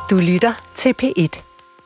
Du lytter til P1.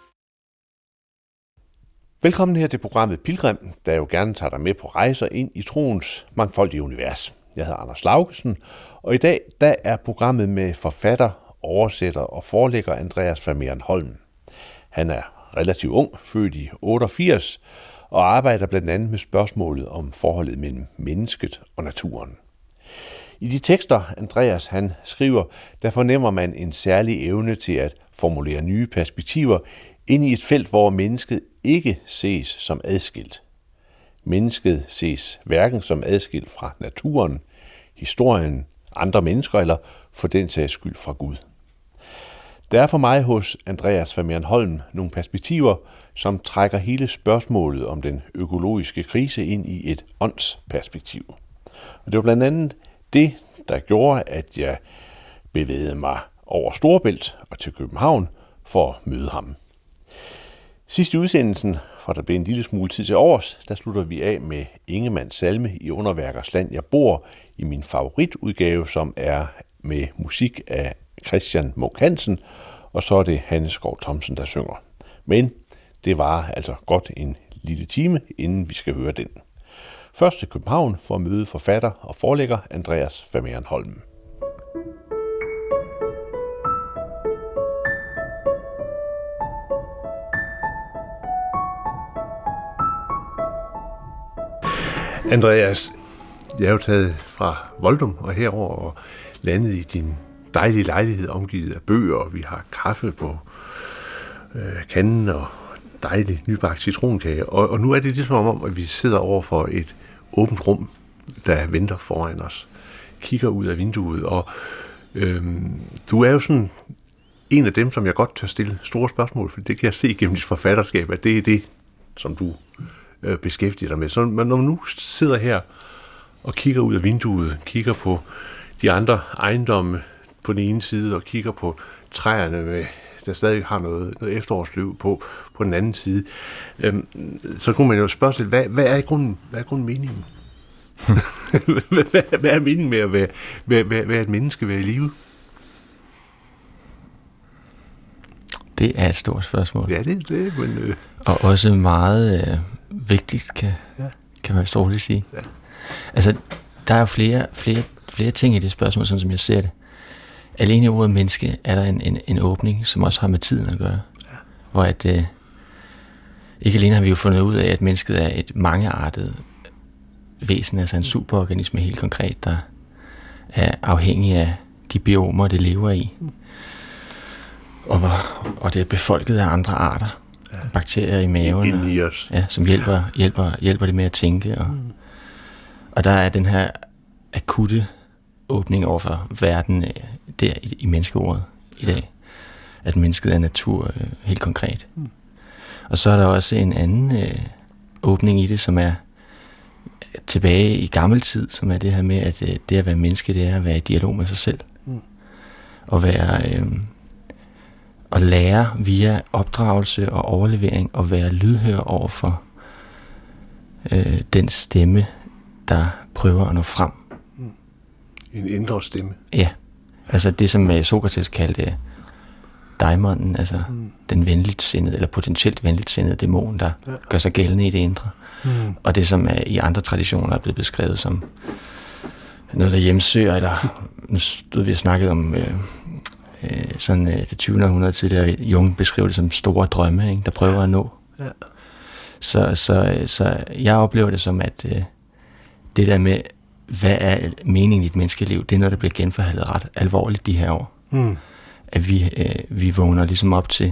Velkommen her til programmet Pilgrim, der jo gerne tager dig med på rejser ind i troens mangfoldige univers. Jeg hedder Anders Laugesen, og i dag der er programmet med forfatter, oversætter og forlægger Andreas Vermehren Holm. Han er relativt ung, født i 88, og arbejder blandt andet med spørgsmålet om forholdet mellem mennesket og naturen. I de tekster, Andreas han skriver, der fornemmer man en særlig evne til at formulere nye perspektiver ind i et felt, hvor mennesket ikke ses som adskilt. Mennesket ses hverken som adskilt fra naturen, historien, andre mennesker eller for den sags skyld fra Gud. Der er for mig hos Andreas Vermehren Holm nogle perspektiver, som trækker hele spørgsmålet om den økologiske krise ind i et åndsperspektiv. Og det var blandt andet det, der gjorde, at jeg bevægede mig over Storebælt og til København for at møde ham. Sidst i udsendelsen, for der blev en lille smule tid til overs, der slutter vi af med Ingemanns salme i Underværkers Land, jeg bor, i min favoritudgave, som er med musik af Christian Munk Hansen, og så er det Hanne Skov Thomsen, der synger. Men det var altså godt en lille time, inden vi skal høre den. Først til København for at møde forfatter og forlægger Andreas Vermehren Holm. Andreas, jeg er jo taget fra Voldum og herover og landet i din dejlige lejlighed omgivet af bøger, og vi har kaffe på kanden og dejlig nybagt citronkage. Og nu er det ligesom om, at vi sidder over for et åbent rum, der venter foran os. Kigger ud af vinduet, og du er jo sådan en af dem, som jeg godt tør stille store spørgsmål, for det kan jeg se gennem dit forfatterskab, at det er det, som du beskæftiger dig med. Så når man nu sidder her og kigger ud af vinduet, kigger på de andre ejendomme på den ene side, og kigger på træerne, der stadig har noget efterårsløv på den anden side, så kunne man jo spørge sig, hvad er i grunden meningen? Hvad er meningen med at være et menneske, være i live? Det er et stort spørgsmål. Ja, det er det, men... Og også meget vigtigt, kan man vist roligt sige. Ja. Altså, der er jo flere ting i det spørgsmål, sådan som jeg ser det. Alene i ordet menneske er der en åbning, som også har med tiden at gøre. Ja. Hvor at, ikke alene har vi jo fundet ud af, at mennesket er et mangeartet væsen, altså en superorganisme helt konkret, der er afhængig af de biomer, det lever i. Og det er befolket af andre arter. Ja. Bakterier i maven, i os. Ja, som hjælper det med at tænke. Og der er den her akutte åbning over for verden der i menneskeordet i dag. At mennesket er natur helt konkret. Og så er der også en anden åbning i det, som er tilbage i gammel tid, som er det her med, at det at være menneske, det er at være i dialog med sig selv. Og være... at lære via opdragelse og overlevering og være lydhør over for den stemme, der prøver at nå frem. En indre stemme. Ja, altså det som Sokrates kaldte daimonen, altså den venligt sindede, eller potentielt venligt sindede dæmon, der gør sig gældende i det indre. Og det som i andre traditioner er blevet beskrevet som noget, der hjemsøger, eller nu stod vi og snakkede om sådan det 20. århundrede tidligere, Jung beskriver det som store drømme, ikke, der prøver at nå. Ja. Så jeg oplever det som, at det der med, hvad er meningen i et menneskeliv, det er noget, der bliver genforhandlet ret alvorligt de her år. At vi vågner ligesom op til,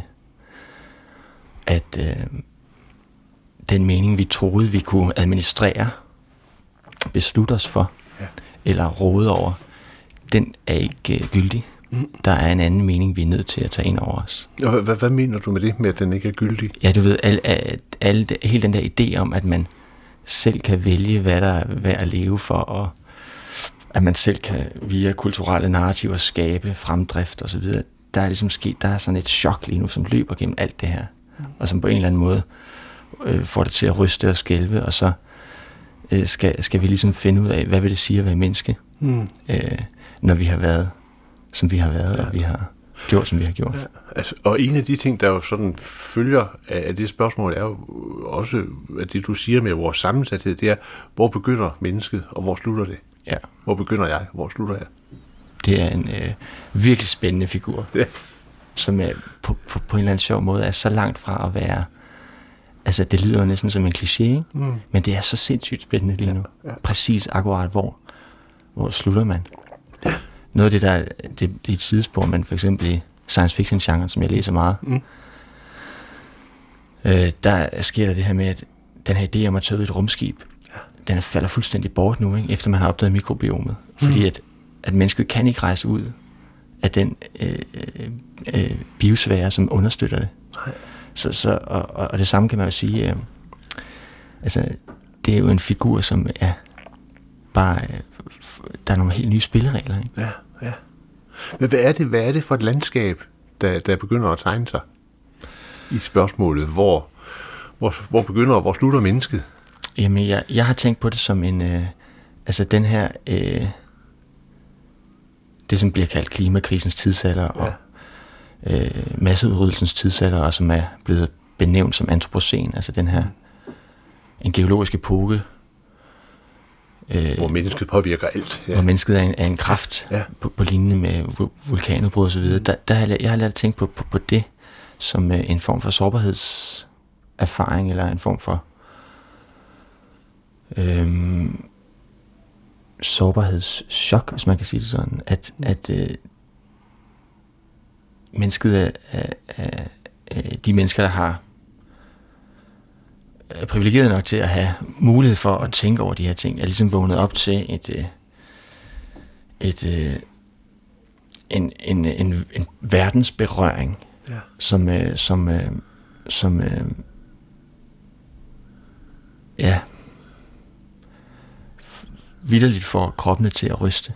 at den mening, vi troede, vi kunne administrere, beslutte os for, eller råde over, den er ikke gyldig. Der er en anden mening, vi er nødt til at tage ind over os. Og hvad mener du med det, med at den ikke er gyldig? Ja, du ved, hele den der idé om, at man selv kan vælge, hvad der er værd at leve for, og at man selv kan via kulturelle narrativer skabe fremdrift og så videre. Der er ligesom sket, der er sådan et chok lige nu, som løber gennem alt det her, og som på en eller anden måde får det til at ryste og skælve, og så skal vi ligesom finde ud af, hvad vil det sige at være menneske, når vi har været, som vi har været, og vi har gjort, som vi har gjort. Ja, altså, og en af de ting, der jo sådan følger af det spørgsmål, er jo også, at det du siger med vores sammensathed, det er, hvor begynder mennesket, og hvor slutter det? Ja. Hvor begynder jeg, hvor slutter jeg? Det er en virkelig spændende figur, som er på en eller anden sjov måde er så langt fra at være, altså det lyder jo næsten som en kliché, ikke? Men det er så sindssygt spændende lige nu. Ja. Præcis akkurat hvor slutter man. Noget af det der, det er et sidespor, men for eksempel i science fiction genren, som jeg læser meget, der sker der det her med, at den her idé om at tage ud et rumskib, den falder fuldstændig bort nu, ikke? Efter man har opdaget mikrobiomet. Fordi at mennesket kan ikke rejse ud af den biosfære, som understøtter det. Og det samme kan man jo sige, altså det er jo en figur, som er bare, der er nogle helt nye spilleregler, ikke? Ja. Men hvad er det for et landskab, der begynder at tegne sig i spørgsmålet, hvor begynder og hvor slutter mennesket? Jamen, jeg har tænkt på det som en, altså den her, det som bliver kaldt klimakrisens tidsalder og masseudryddelsens tidsalder, og som er blevet benævnt som antropocen, altså den her, en geologisk epoke, hvor mennesket påvirker alt. Ja. Hvor mennesket er en kraft på linje med vulkanudbrud og så videre. Jeg har lært at tænke på det som en form for sårbarhedserfaring, eller en form for sårbarhedschok, hvis man kan sige det sådan, at mennesket er de mennesker, der har er privilegeret nok til at have mulighed for at tænke over de her ting, er ligesom vågnet op til en verdensberøring, som vitterligt får kroppene til at ryste.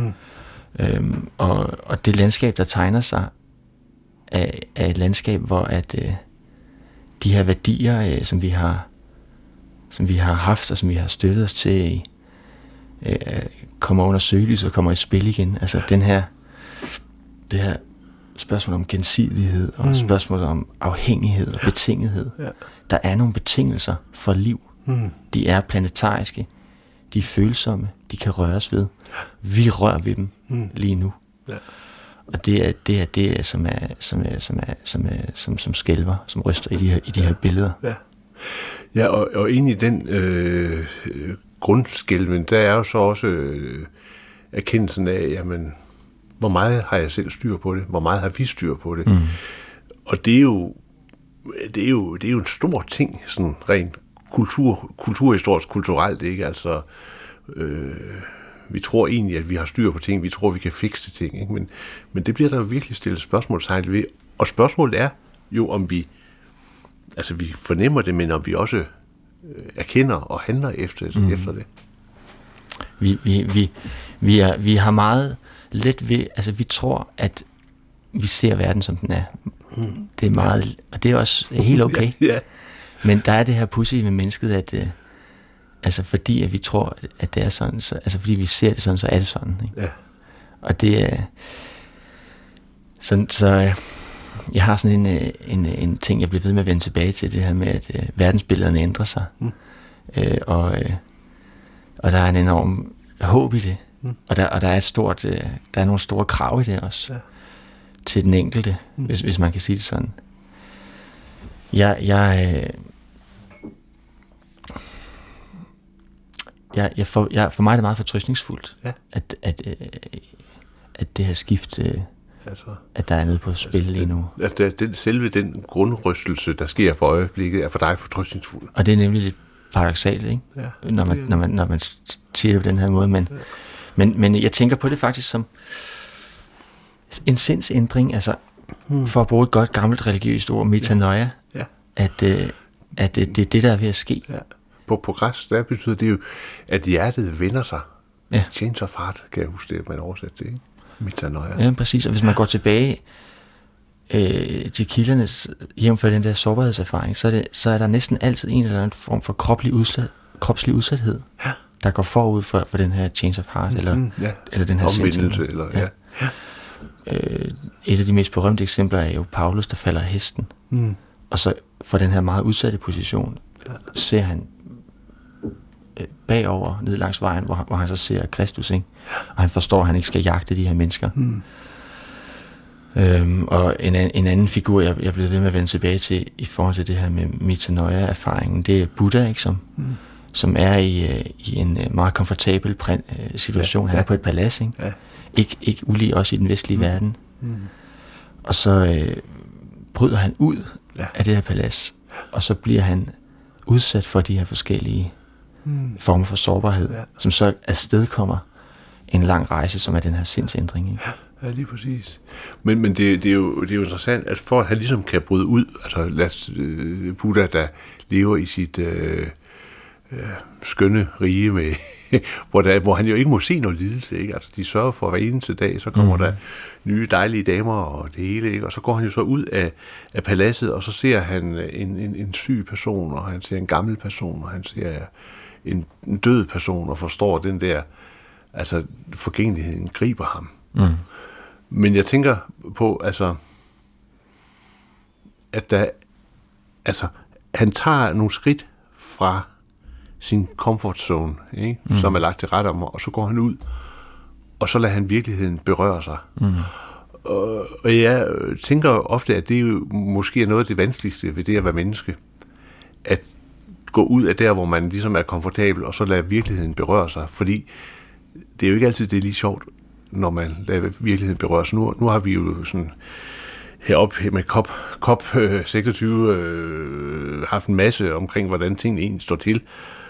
Og det landskab, der tegner sig, er et landskab, hvor at de her værdier, som vi har haft, og som vi har støttet os til, kommer under søgelys og kommer i spil igen. Altså det her spørgsmål om gensidighed, og spørgsmål om afhængighed og betingethed. Ja. Der er nogle betingelser for liv. De er planetariske, de er følsomme, de kan røres ved. Vi rører ved dem lige nu. Ja. Og det er det, som skælver, som ryster i de her billeder. Ja, og ind i den grundskælven, der er jo så også erkendelsen af, jamen, hvor meget har jeg selv styr på det? Hvor meget har vi styr på det? Og det er jo en stor ting, sådan rent kulturhistorisk, kulturelt, ikke? Altså, vi tror egentlig, at vi har styr på ting, vi tror, vi kan fikse ting, ikke? Men det bliver der virkelig stillet spørgsmålstegn ved. Og spørgsmålet er jo, om vi fornemmer det, men om vi også erkender og handler efter det. Vi har meget let ved, altså vi tror, at vi ser verden, som den er. Det er meget, og det er også helt okay. Ja. Men der er det her pudsige med mennesket, at altså fordi at vi tror, at det er sådan, så, altså fordi vi ser det sådan, så er det sådan. Ikke? Ja. Og det er sådan, så jeg har sådan en ting, jeg bliver ved med at vende tilbage til, det her med, at verdensbillederne ændrer sig. Og der er en enorm håb i det. Og der er et stort, der er nogle store krav i det også. Ja. Til den enkelte, hvis man kan sige det sådan. For mig er det meget fortrøstningsfuldt, at det her skift, at der er noget på spil lige nu. Selve den grundrystelse, der sker for øjeblikket, er for dig fortrøstningsfuld. Og det er nemlig lidt paradoksalt, ikke? Ja, når man siger det på den her måde. Men jeg tænker på det faktisk som en sindsændring, altså for at bruge et godt gammelt religiøst ord, metanoia, at det er det, der er ved at ske. Ja. På græs, der betyder det jo, at hjertet vender sig. Ja. Change of heart, kan jeg huske det, man oversætter det, ikke? Metanoia. Ja, præcis. Og hvis man går tilbage til kildernes, jævnfør den der sårbarhedserfaring, så er der næsten altid en eller anden form for kropslig udsathed, der går forud for den her change of heart, eller den her omvendelse, eller et af de mest berømte eksempler er jo Paulus, der falder af hesten. Og så for den her meget udsatte position, ser han bagover, ned langs vejen, hvor han så ser Kristus, ikke? Og han forstår, at han ikke skal jagte de her mennesker. Og en anden figur, jeg blev ved med at vende tilbage til, i forhold til det her med metanoia-erfaringen, det er Buddha, ikke? Som er i en meget komfortabel situation. Han er på et palads, ikke? Ja. Ikke ulig også i den vestlige verden. Og så bryder han ud af det her palads, og så bliver han udsat for de her forskellige former for sårbarhed, som så afstedkommer en lang rejse, som er den her sindsændring. Ikke? Ja, lige præcis. Men det er jo interessant, at for at han ligesom kan bryde ud, altså Buddha, der lever i sit skønne rige med hvor han jo ikke må se noget lidelse, ikke? Altså, de sørger for hver eneste dag, så kommer der nye dejlige damer og det hele, ikke? Og så går han jo så ud af paladset, og så ser han en syg person, og han ser en gammel person, og han ser en død person, og forstår den der, altså forgængeligheden griber ham. Men jeg tænker på, altså, at han tager nogle skridt fra sin comfort zone, ikke? Som er lagt til rette om, og så går han ud, og så lader han virkeligheden berøre sig. Og jeg tænker ofte, at det jo måske er noget af det vanskeligste ved det at være menneske. At gå ud af der, hvor man ligesom er komfortabel, og så lade virkeligheden berøre sig. Fordi det er jo ikke altid, det er lige sjovt, når man lader virkeligheden berøre sig. Nu har vi jo sådan heroppe med COP26 haft en masse omkring, hvordan tingene egentlig står til.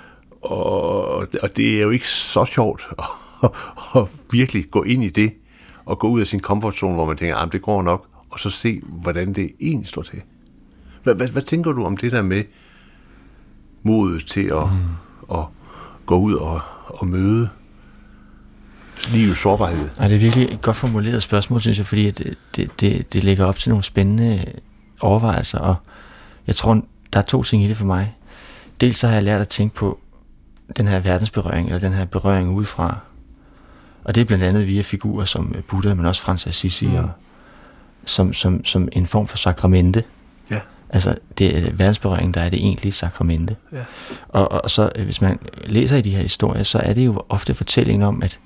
Og det er jo ikke så sjovt at virkelig gå ind i det, og gå ud af sin komfortzone, hvor man tænker, det går nok, og så se, hvordan det egentlig står til. Hvad tænker du om det der med modet til at gå ud og møde livets sårbarhed? Det er virkelig et godt formuleret spørgsmål, synes jeg, fordi det lægger op til nogle spændende overvejelser, og jeg tror, der er 2 ting i det for mig. Dels så har jeg lært at tænke på den her verdensberøring, eller den her berøring udefra, og det er blandt andet via figurer som Buddha, men også Frans Assisi, og som en form for sakramente. Ja. Altså, det er verdensberøringen, der er det egentlige sakramente. Ja. Og så, hvis man læser i de her historier, så er det jo ofte fortællingen om, at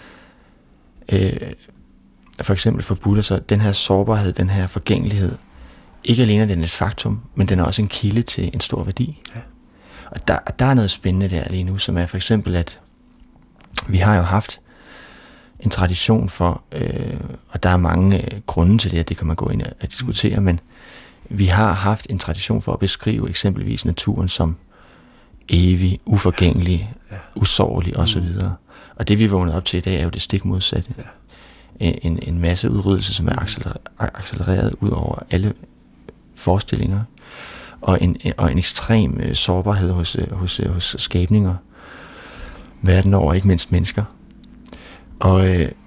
for eksempel for Buddha, så den her sårbarhed, den her forgængelighed, ikke alene er den et faktum, men den er også en kilde til en stor værdi. Ja. Og der er noget spændende der lige nu, som er for eksempel, at vi har jo haft en tradition for, og der er mange grunde til det, at det kan man gå ind og diskutere, men vi har haft en tradition for at beskrive eksempelvis naturen som evig, uforgængelig, usårlig osv. Og det vi vågnede op til i dag er jo det stik modsatte. Ja. En masse udryddelse, som er accelereret ud over alle forestillinger, og en ekstrem sårbarhed hos skabninger verden over, ikke mindst mennesker. Og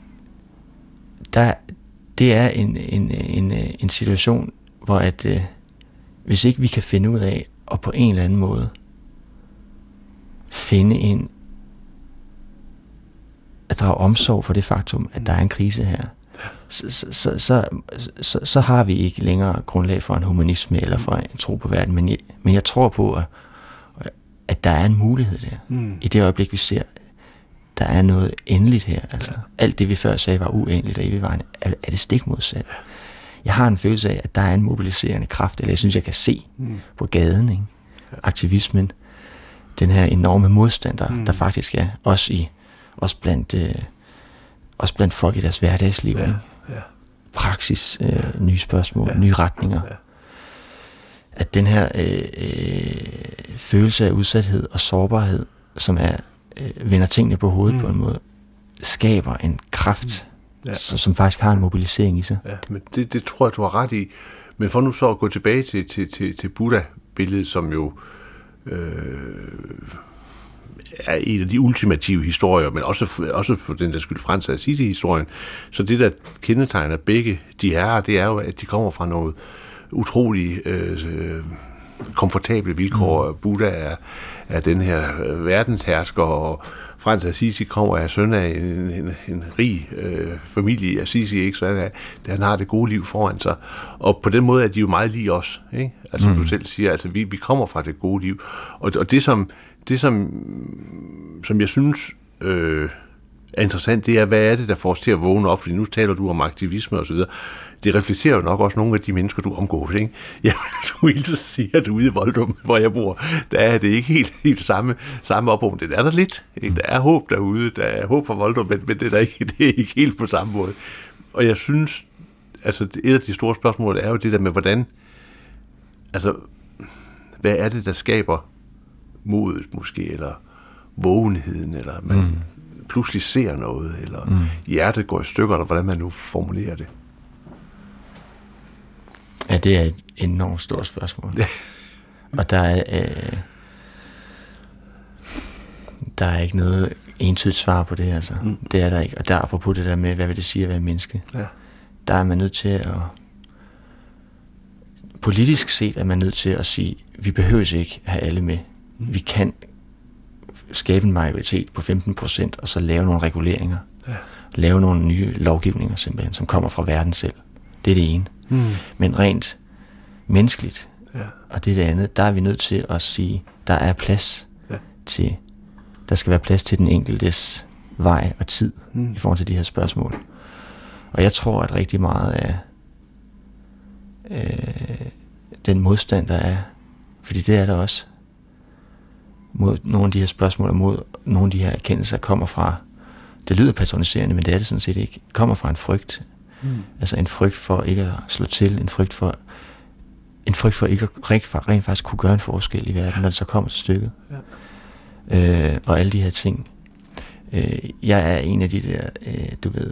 det er en situation, hvor at hvis ikke vi kan finde ud af at på en eller anden måde finde at drage omsorg for det faktum, at der er en krise her, så har vi ikke længere grundlag for en humanisme eller for en tro på verden. Men jeg tror på, at der er en mulighed der. I det øjeblik, vi ser, der er noget endeligt her. Altså, alt det, vi før sagde, var uendeligt og evigvarende, er det stik modsat. Jeg har en følelse af, at der er en mobiliserende kraft, eller jeg synes, jeg kan se på gaden, ikke? Aktivismen, den her enorme modstand, der faktisk er, også blandt folk i deres hverdagsliv. Ja. Praksis, nye spørgsmål, nye retninger. Ja. At den her følelse af udsathed og sårbarhed, som vender tingene på hovedet på en måde, skaber en kraft, som faktisk har en mobilisering i sig. Ja, men det tror jeg, du har ret i. Men for nu så at gå tilbage til Buddha-billedet, som jo er en af de ultimative historier, men også for den der skyld Frans Assisi-historien. Så det, der kendetegner begge de herrer, det er jo, at de kommer fra noget utrolig komfortable vilkår. Buddha er den her verdenshersker, og Frans Assisi kommer af søn af en rig familie i Assisi, ikke? Så han har det gode liv foran sig. Og på den måde er de jo meget lige os, ikke? Altså du selv siger, altså vi kommer fra det gode liv. Og det som jeg synes er interessant, det er, hvad er det, der får os til at vågne op? Fordi nu taler du om aktivisme og så videre. Det reflekterer jo nok også nogle af de mennesker, du omgås, ikke? Ja, du vil så sige, at ude i Voldum, hvor jeg bor, der er det ikke helt samme opråb. Det er der lidt. Ikke? Der er håb derude, der er håb for Voldum, men det er ikke helt på samme måde. Og jeg synes, altså et af de store spørgsmål er jo det der med, hvordan, altså, hvad er det, der skaber modet måske, eller vågenheden, eller man pludselig ser noget, eller hjertet går i stykker, eller hvordan man nu formulerer det. Ja, det er et enormt stort spørgsmål. Og der er ikke noget entydigt svar på det, altså. Det er der ikke. Og der apropos det der med, hvad vil det sige at være menneske? Ja. Der er man nødt til at... Politisk set er man nødt til at sige, vi behøver ikke have alle med. Vi kan skabe en majoritet på 15%, og så lave nogle reguleringer. Ja. Lave nogle nye lovgivninger, simpelthen, som kommer fra verden selv. Det er det ene. Men rent menneskeligt, og det er det andet, der er vi nødt til at sige, der er plads til, der skal være plads til den enkeltes vej og tid i forhold til de her spørgsmål. Og jeg tror, at rigtig meget af den modstand, der er, fordi det er der også, mod nogle af de her spørgsmål og mod nogle af de her erkendelser, kommer fra, det lyder patroniserende, men det er det sådan set ikke, kommer fra en frygt. Altså en frygt for ikke at slå til, en frygt for ikke at rent faktisk kunne gøre en forskel i verden, når det så kommer til stykket. Ja. Og alle de her ting. Jeg er en af de der, du ved,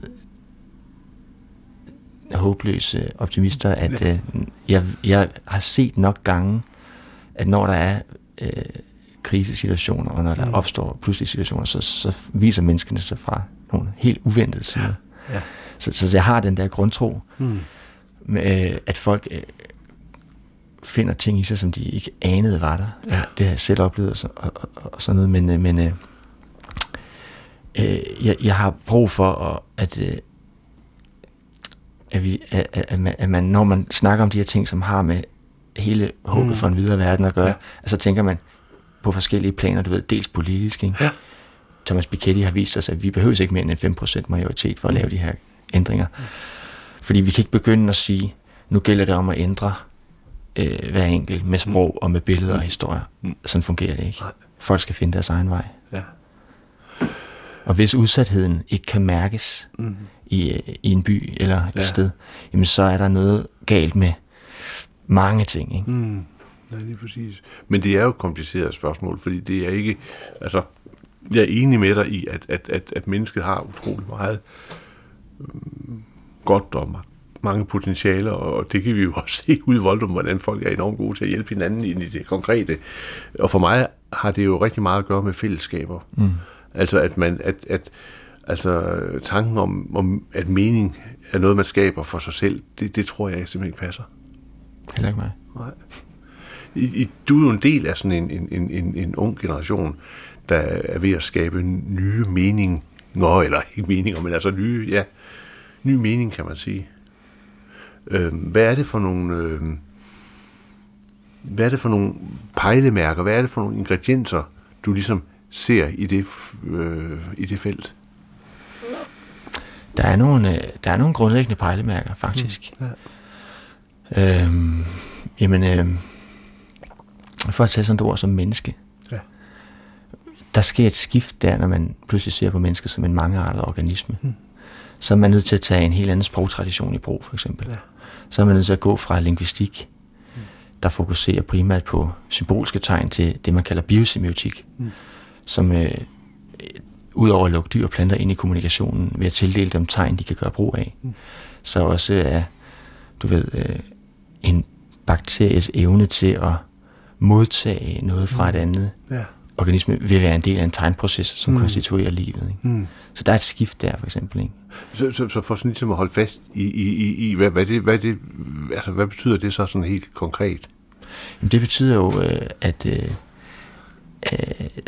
håbløse optimister, at jeg har set nok gange, at når der er krisesituationer, og når der opstår pludselige situationer, så viser menneskene sig fra nogle helt uventede sider. Ja. Så jeg har den der grundtro, med, at folk finder ting i sig, som de ikke anede var der. Ja. Det har jeg selv oplevet og sådan noget, men jeg har brug for, at man, når man snakker om de her ting, som har med hele håbet for en videre verden at gøre, altså tænker man på forskellige planer, du ved, dels politisk, ikke? Ja. Thomas Piketty har vist os, at vi behøver ikke mere end en 5% majoritet for at lave de her ændringer. Fordi vi kan ikke begynde at sige, nu gælder det om at ændre hver enkelt med sprog og med billeder og historier. Sådan fungerer det ikke. Folk skal finde deres egen vej. Ja. Og hvis udsatheden ikke kan mærkes i en by eller et sted, jamen så er der noget galt med mange ting, ikke? Nej, lige præcis. Men det er jo et kompliceret spørgsmål, fordi det er ikke, altså, jeg er enig med dig i, at mennesket har utrolig meget godt og mange potentialer, og det kan vi jo også se ude i Voldum, hvordan folk er enormt gode til at hjælpe hinanden ind i det konkrete. Og for mig har det jo rigtig meget at gøre med fællesskaber. Altså altså tanken om at mening er noget, man skaber for sig selv, det tror jeg simpelthen ikke passer. Heller ikke mig. Nej. Du er jo en del af sådan en ung generation, der er ved at skabe nye meninger, eller ikke meninger, men altså ny mening, kan man sige. Hvad er det for nogle pejlemærker, hvad er det for nogle ingredienser, du ligesom ser i det felt? Der er nogle grundlæggende pejlemærker, faktisk. For at tage sådan et ord som menneske. Ja. Der sker et skift der, når man pludselig ser på mennesker som en mangeartet organisme. Så er man nødt til at tage en helt anden sprogtradition i brug, for eksempel. Ja. Så er man nødt til at gå fra lingvistik, der fokuserer primært på symbolske tegn, til det, man kalder biosemiotik, som udover at lukke dyr og planter ind i kommunikationen, ved at tildele dem tegn, de kan gøre brug af, så også er, du ved, en bakteries evne til at modtage noget fra et andet organisme, vil være en del af en tegnproces, som konstituerer livet. Ikke? Så der er et skift der, for eksempel. Ikke? Så for sådan ligesom at holde fast i hvad betyder det så sådan helt konkret? Jamen, det betyder jo,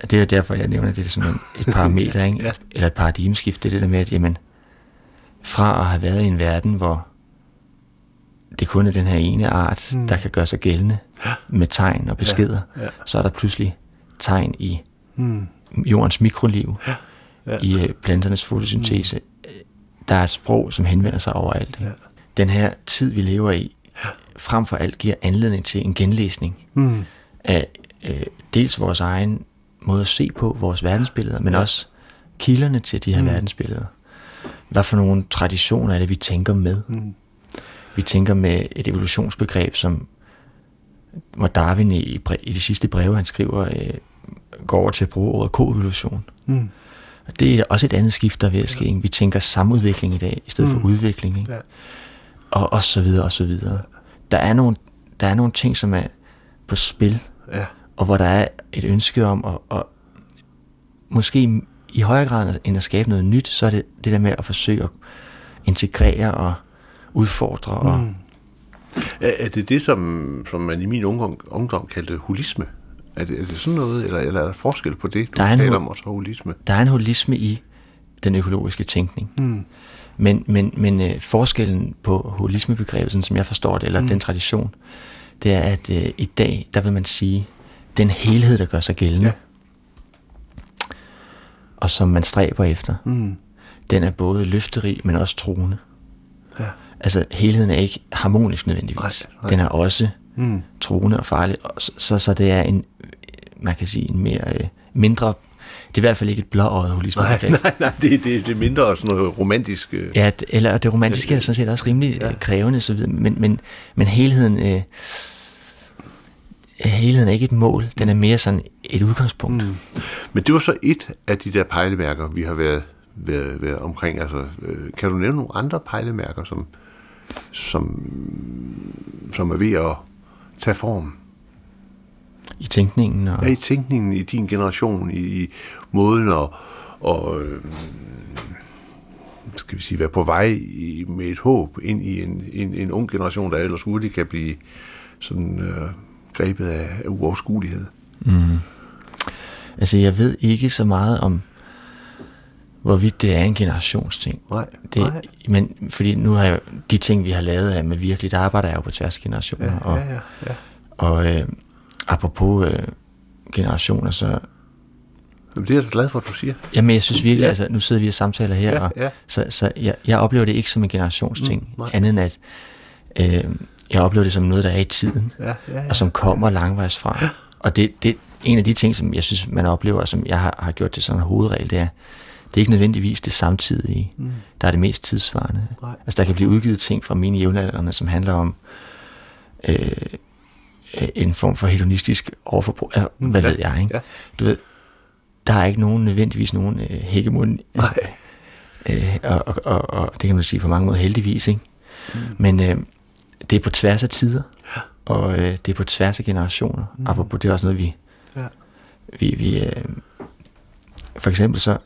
det er derfor, jeg nævner det som et parameter, ikke? Eller et paradigmeskift. Det er det der med, at jamen, fra at have været i en verden, hvor det kun er den her ene art, der kan gøre sig gældende med tegn og beskeder, så er der pludselig tegn i jordens mikroliv, i planternes fotosyntese. Der er et sprog, som henvender sig overalt. Ikke? Den her tid, vi lever i, frem for alt giver anledning til en genlæsning af dels vores egen måde at se på vores verdensbilleder, men også kilderne til de her verdensbilleder. Hvad for nogle traditioner er det, vi tænker med? Vi tænker med et evolutionsbegreb, som hvor Darwin i de sidste breve, han skriver, går over til at bruge ordet koevolution. Og det er også et andet skift, der er ved at ske. Vi tænker samudvikling i dag, i stedet for udvikling. Ikke? Og så videre, og så videre. Der er nogle ting, som er på spil, og hvor der er et ønske om at måske i højere grad end at skabe noget nyt, så er det det der med at forsøge at integrere og udfordre. Og Er det som man i min ungdom kaldte holisme? Er det sådan noget, eller er der forskel på det, du taler om, og så holisme? Der er en holisme i den økologiske tænkning. Men forskellen på holismebegrebet, sådan som jeg forstår det, eller den tradition, det er, at i dag, der vil man sige, den helhed, der gør sig gældende, og som man stræber efter, den er både løfterig, men også truende. Altså, helheden er ikke harmonisk nødvendigvis. Nej. Den er også truende og farlig. Så det er en, man kan sige, en mere mindre, det er i hvert fald ikke et blåøjet holismebegreb. Nej, det er mindre sådan noget romantisk. Ja, eller det romantiske er sådan set også rimelig krævende, så videre. Men helheden, helheden er ikke et mål, den er mere sådan et udgangspunkt. Men det var så et af de der pejlemærker, vi har været omkring. Altså, kan du nævne nogle andre pejlemærker, som er ved at tage form? I tænkningen? Ja, i tænkningen, i din generation, i måden og skal vi sige, være på vej med et håb ind i en ung generation, der ellers hurtigt kan blive sådan grebet af uoverskuelighed. Altså, jeg ved ikke så meget om, hvorvidt det er en generationsting. Nej. Men fordi nu har jeg, de ting, vi har lavet med virkelig, der arbejder jeg jo på tværs af generationer. Og apropos generationer, så... Det er jeg glad for, at du siger. Jamen, jeg synes virkelig, altså, nu sidder vi og samtaler her, så jeg oplever det ikke som en generationsting, andet end at jeg oplever det som noget, der er i tiden, og som kommer langvejs fra. Og det er en af de ting, som jeg synes, man oplever, som jeg har gjort til sådan en hovedregel, det er ikke nødvendigvis det samtidige, der er det mest tidsvarende. Altså, der kan blive udgivet ting fra mine jævnaldrende, som handler om en form for hedonistisk overforbrug. Hvad ved jeg, ikke? Du ved, der er ikke nødvendigvis nogen hegemoni. Og det kan man sige på mange måder heldigvis, ikke? Men det er på tværs af tider, og det er på tværs af generationer. Apropos det er også noget, vi for eksempel så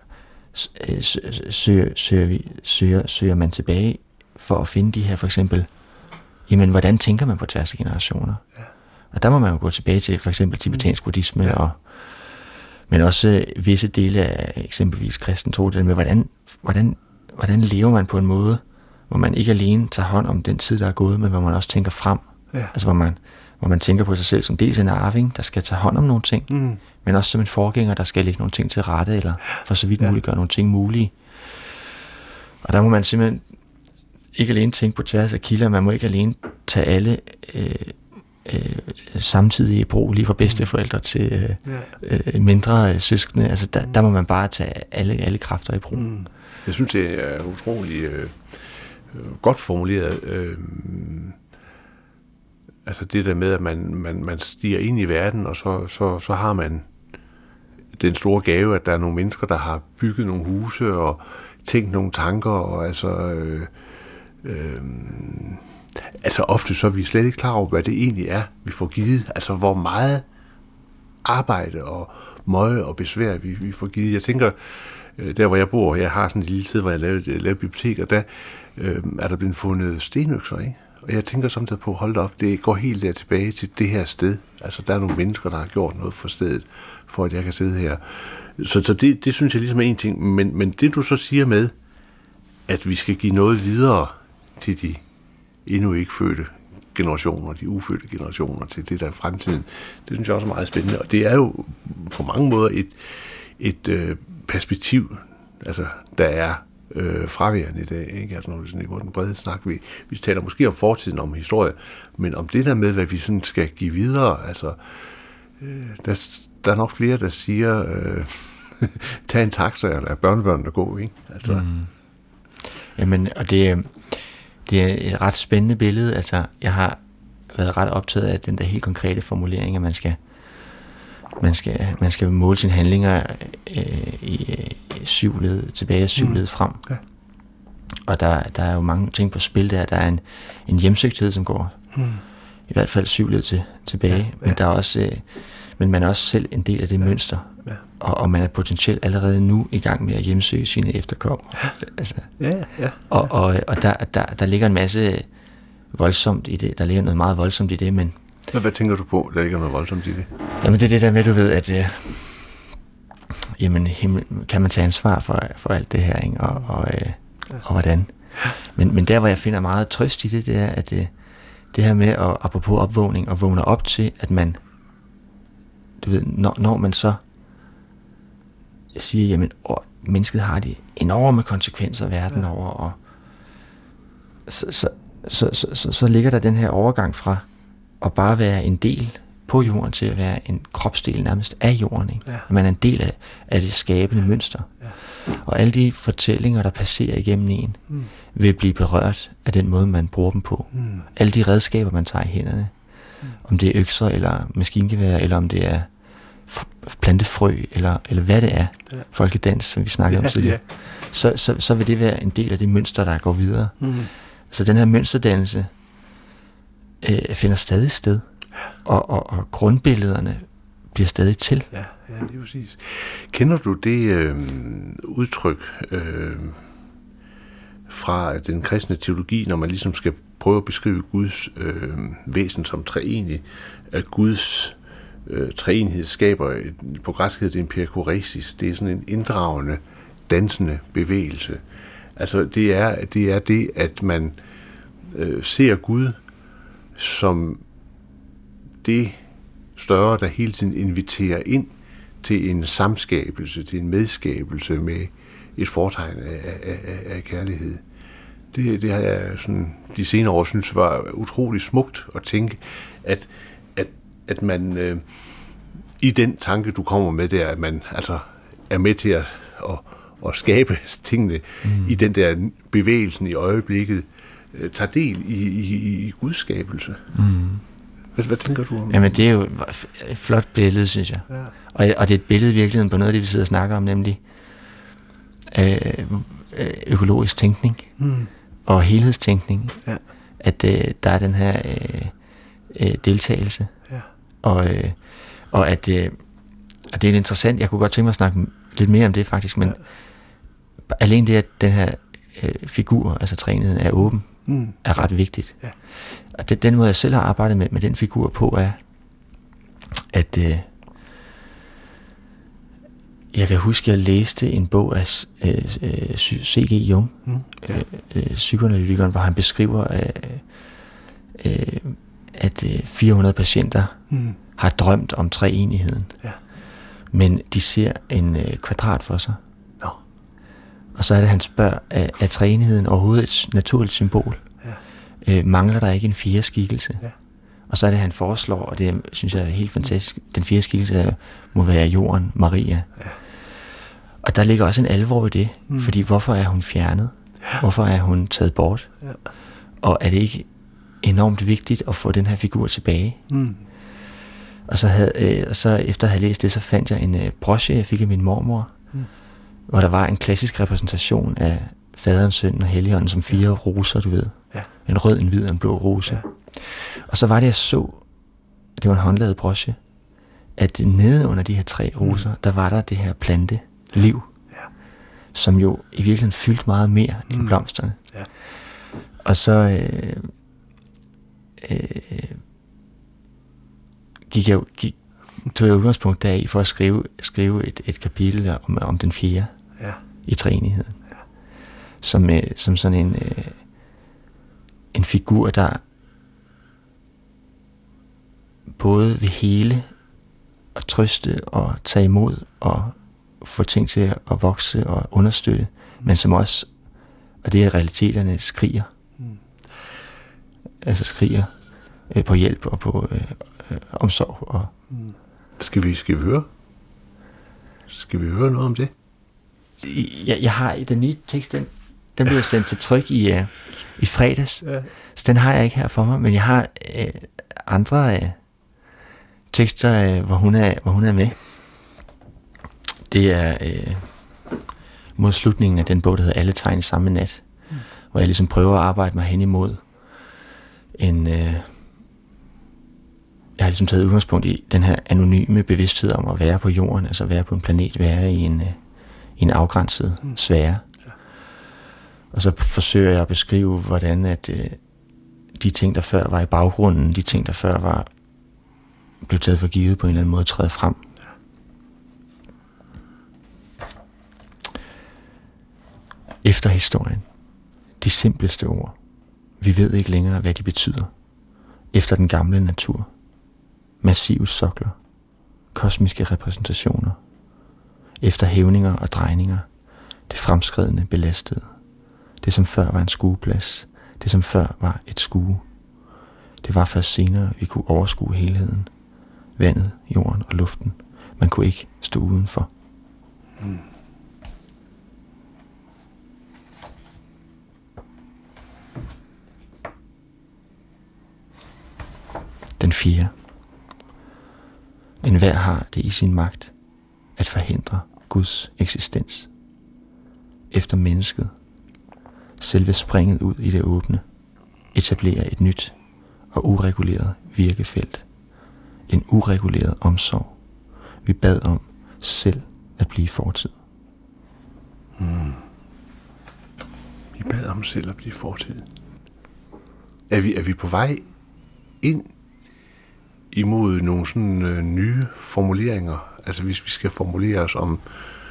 søger man tilbage for at finde de her, for eksempel, jamen, hvordan tænker man på tværs af generationer? Og der må man jo gå tilbage til for eksempel tibetansk buddhisme, men også visse dele af eksempelvis kristen tro, det med, hvordan lever man på en måde, hvor man ikke alene tager hånd om den tid, der er gået, men hvor man også tænker frem. Altså hvor man tænker på sig selv som dels en arving, der skal tage hånd om nogle ting, men også som en forgænger, der skal lægge nogle ting til rette, eller for så vidt muligt gøre nogle ting mulige. Og der må man simpelthen ikke alene tænke på tværs af kilder, man må ikke alene tage alle samtidig i brug, lige fra bedsteforældre til mindre søskende. Altså der må man bare tage alle kræfter i brug. Jeg synes, det er utroligt godt formuleret. Altså det der med, at man stiger ind i verden, og så har man den store gave, at der er nogle mennesker, der har bygget nogle huse og tænkt nogle tanker, og altså ofte så er vi slet ikke klar over, hvad det egentlig er, vi får givet. Altså hvor meget arbejde og møje og besvær, vi får givet. Jeg tænker, der hvor jeg bor, jeg har sådan en lille sted, hvor jeg lavede bibliotek, og der er der blevet fundet stenøkser, ikke? Og jeg tænker samtidig på, hold op, det går helt der tilbage til det her sted. Altså, der er nogle mennesker, der har gjort noget for stedet, for at jeg kan sidde her. Så det synes jeg ligesom er en ting. Men det du så siger med, at vi skal give noget videre til de endnu ikke fødte generationer, de ufødte generationer, til det der er fremtiden, det synes jeg også er meget spændende. Og det er jo på mange måder et perspektiv, altså, der er fraværende i dag, ikke? Altså, når vi sådan i den brede snak, vi taler måske om fortiden, om historie, men om det der med, hvad vi sådan skal give videre, altså, der er nok flere, der siger, tag en taxa, eller lad børnebørnene gå, ikke? Altså. Jamen, og det er et ret spændende billede. Altså, jeg har været ret optaget af den der helt konkrete formulering, at man skal måle sine handlinger i syvled, tilbage af syvled frem. Ja. Og der er jo mange ting på spil der. Der er en hjemsøgthed, som går i hvert fald syvled tilbage. Ja. Men der er også, men man er også selv en del af det mønster. Ja. Og man er potentielt allerede nu i gang med at hjemsøge sine efterkommere. Ja. Altså. Ja. Og der ligger en masse voldsomt i det. Der ligger noget meget voldsomt i det, men... Hvad tænker du på, der ligger noget voldsomt i det? Jamen det er det der med, du ved, at kan man tage ansvar for alt det her, ikke? Og hvordan. Men der, hvor jeg finder meget trøst i det, det er, at det her med, at apropos opvågning, og vågner op til, at man, du ved, når man så siger, jamen, mennesket har de enorme konsekvenser verden over, og så ligger der den her overgang fra at bare være en del på jorden til at være en kropsdel nærmest af jorden, ikke? Ja. Man er en del af det skabende mønster. Ja. Og alle de fortællinger, der passerer igennem en, vil blive berørt af den måde, man bruger dem på. Alle de redskaber, man tager i hænderne, om det er økser eller maskingevær, eller om det er plantefrø, eller hvad det er, folkedans, som vi snakkede om tidligere, så vil det være en del af det mønster, der går videre. Så den her mønsterdannelse finder stadig sted, og grundbillederne bliver stadig til. Ja, det er præcis. Kender du det udtryk fra den kristne teologi, når man ligesom skal prøve at beskrive Guds væsen som treenig, at Guds treenighed skaber, på græsk hedder det en perikoresis, det er sådan en inddragende, dansende bevægelse. Altså det er det, at man ser Gud som det større, der hele tiden inviterer ind til en samskabelse, til en medskabelse med et fortegn af kærlighed. Det har jeg sådan de senere år synes var utrolig smukt at tænke, at man i den tanke, du kommer med der, at man altså er med til at skabe tingene i den der bevægelsen i øjeblikket, tager del i Guds skabelse. Hvad tænker du om? Jamen, det er jo et flot billede, synes jeg. Ja. Og det er et billede i virkeligheden på noget af det, vi sidder og snakker om, nemlig økologisk tænkning og helhedstænkning. Ja. At der er den her deltagelse. Ja. Og at det er interessant. Jeg kunne godt tænke mig at snakke lidt mere om det, faktisk, men alene det, at den her figur, altså træenigheden, er åben, er ret vigtigt. Ja. Og den måde, jeg selv har arbejdet med den figur på, er, at jeg kan huske, at jeg læste en bog af C.G. Jung, psykoanalytikeren, hvor han beskriver, at 400 patienter har drømt om treenigheden. Ja. Men de ser en kvadrat for sig. No. Og så er det, han spørger, er treenigheden overhovedet et naturligt symbol? Ja. Mangler der ikke en fjerde skikkelse? Ja. Og så er det, han foreslår, og det synes jeg er helt fantastisk, den fjerde skikkelse må være jorden, Maria. Ja. Og der ligger også en alvor i det, fordi hvorfor er hun fjernet? Ja. Hvorfor er hun taget bort? Ja. Og er det ikke enormt vigtigt at få den her figur tilbage? Og så efter at have læst det, så fandt jeg en broche, jeg fik af min mormor, hvor der var en klassisk repræsentation af faderen, sønnen og helligånden som 4 roser, du ved. Ja. En rød, en hvid og en blå rose. Ja. Og så var det, jeg så, det var en håndlavet broche, at nede under de her 3 roser, der var der det her plante, liv, som jo i virkeligheden fyldte meget mere end blomsterne. Ja. Og så tog jeg udgangspunkt deri for at skrive et kapitel om den fjerde i treenigheden. Som sådan en figur, der både vil hele og trøste og tage imod og få ting til at vokse og understøtte, men som også, og det er realiteterne, skriger. Altså skriger på hjælp og på omsorg. Og Skal vi høre? Skal vi høre noget om det? Jeg har den nye tekst, den blev sendt til tryk i fredags, så den har jeg ikke her for mig, men jeg har andre tekster, hvor hun er med. Det er mod slutningen af den bog, der hedder Alle tegn i samme nat, hvor jeg ligesom prøver at arbejde mig hen imod jeg har ligesom taget udgangspunkt i den her anonyme bevidsthed om at være på jorden, altså være på en planet, være i en afgrænset sfære. Og så forsøger jeg at beskrive, hvordan at de ting, der før var i baggrunden, de ting, der før blev taget for givet på en eller anden måde, træder frem. Efter historien. De simpleste ord. Vi ved ikke længere, hvad de betyder. Efter den gamle natur. Massive sokler. Kosmiske repræsentationer. Efter hævninger og drejninger. Det fremskredne belastede. Det som før var en skueplads. Det som før var et skue. Det var først senere, vi kunne overskue helheden. Vandet, jorden og luften. Man kunne ikke stå udenfor. Den fjerde. Enhver har det i sin magt at forhindre Guds eksistens. Efter mennesket, selve springet ud i det åbne, etablerer et nyt og ureguleret virkefelt. En ureguleret omsorg. Vi bad om selv at blive fortid. Vi bad om selv at blive fortid. Er vi på vej ind imod nogle sådan nye formuleringer? Altså hvis vi skal formulere os om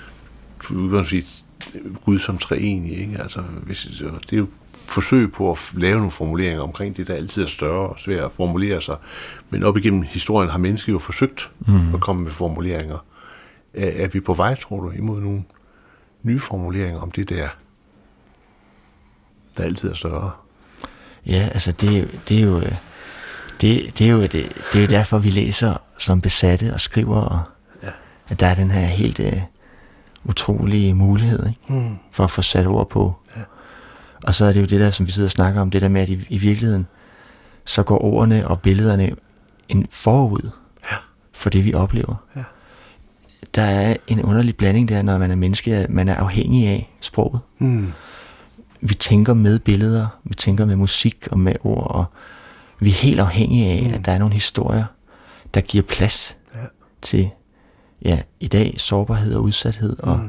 Gud som treenig, ikke? Altså det er jo forsøg på at lave nogle formuleringer omkring det, der altid er større og svært at formulere sig. Men op igennem historien har mennesker jo forsøgt at komme med formuleringer. Er vi på vej, tror du, imod nogle nye formuleringer om det der altid er større? Ja, altså det er jo derfor, vi læser som besatte og skriver, og at der er den her helt utrolige mulighed, ikke? For at få sat ord på. Ja. Og så er det jo det der, som vi sidder og snakker om, det der med, at i virkeligheden, så går ordene og billederne forud for det, vi oplever. Ja. Der er en underlig blanding der, når man er menneske, man er afhængig af sproget. Vi tænker med billeder, vi tænker med musik og med ord, og vi er helt afhængige af, at der er nogle historier, der giver plads til, i dag sårbarhed og udsathed, og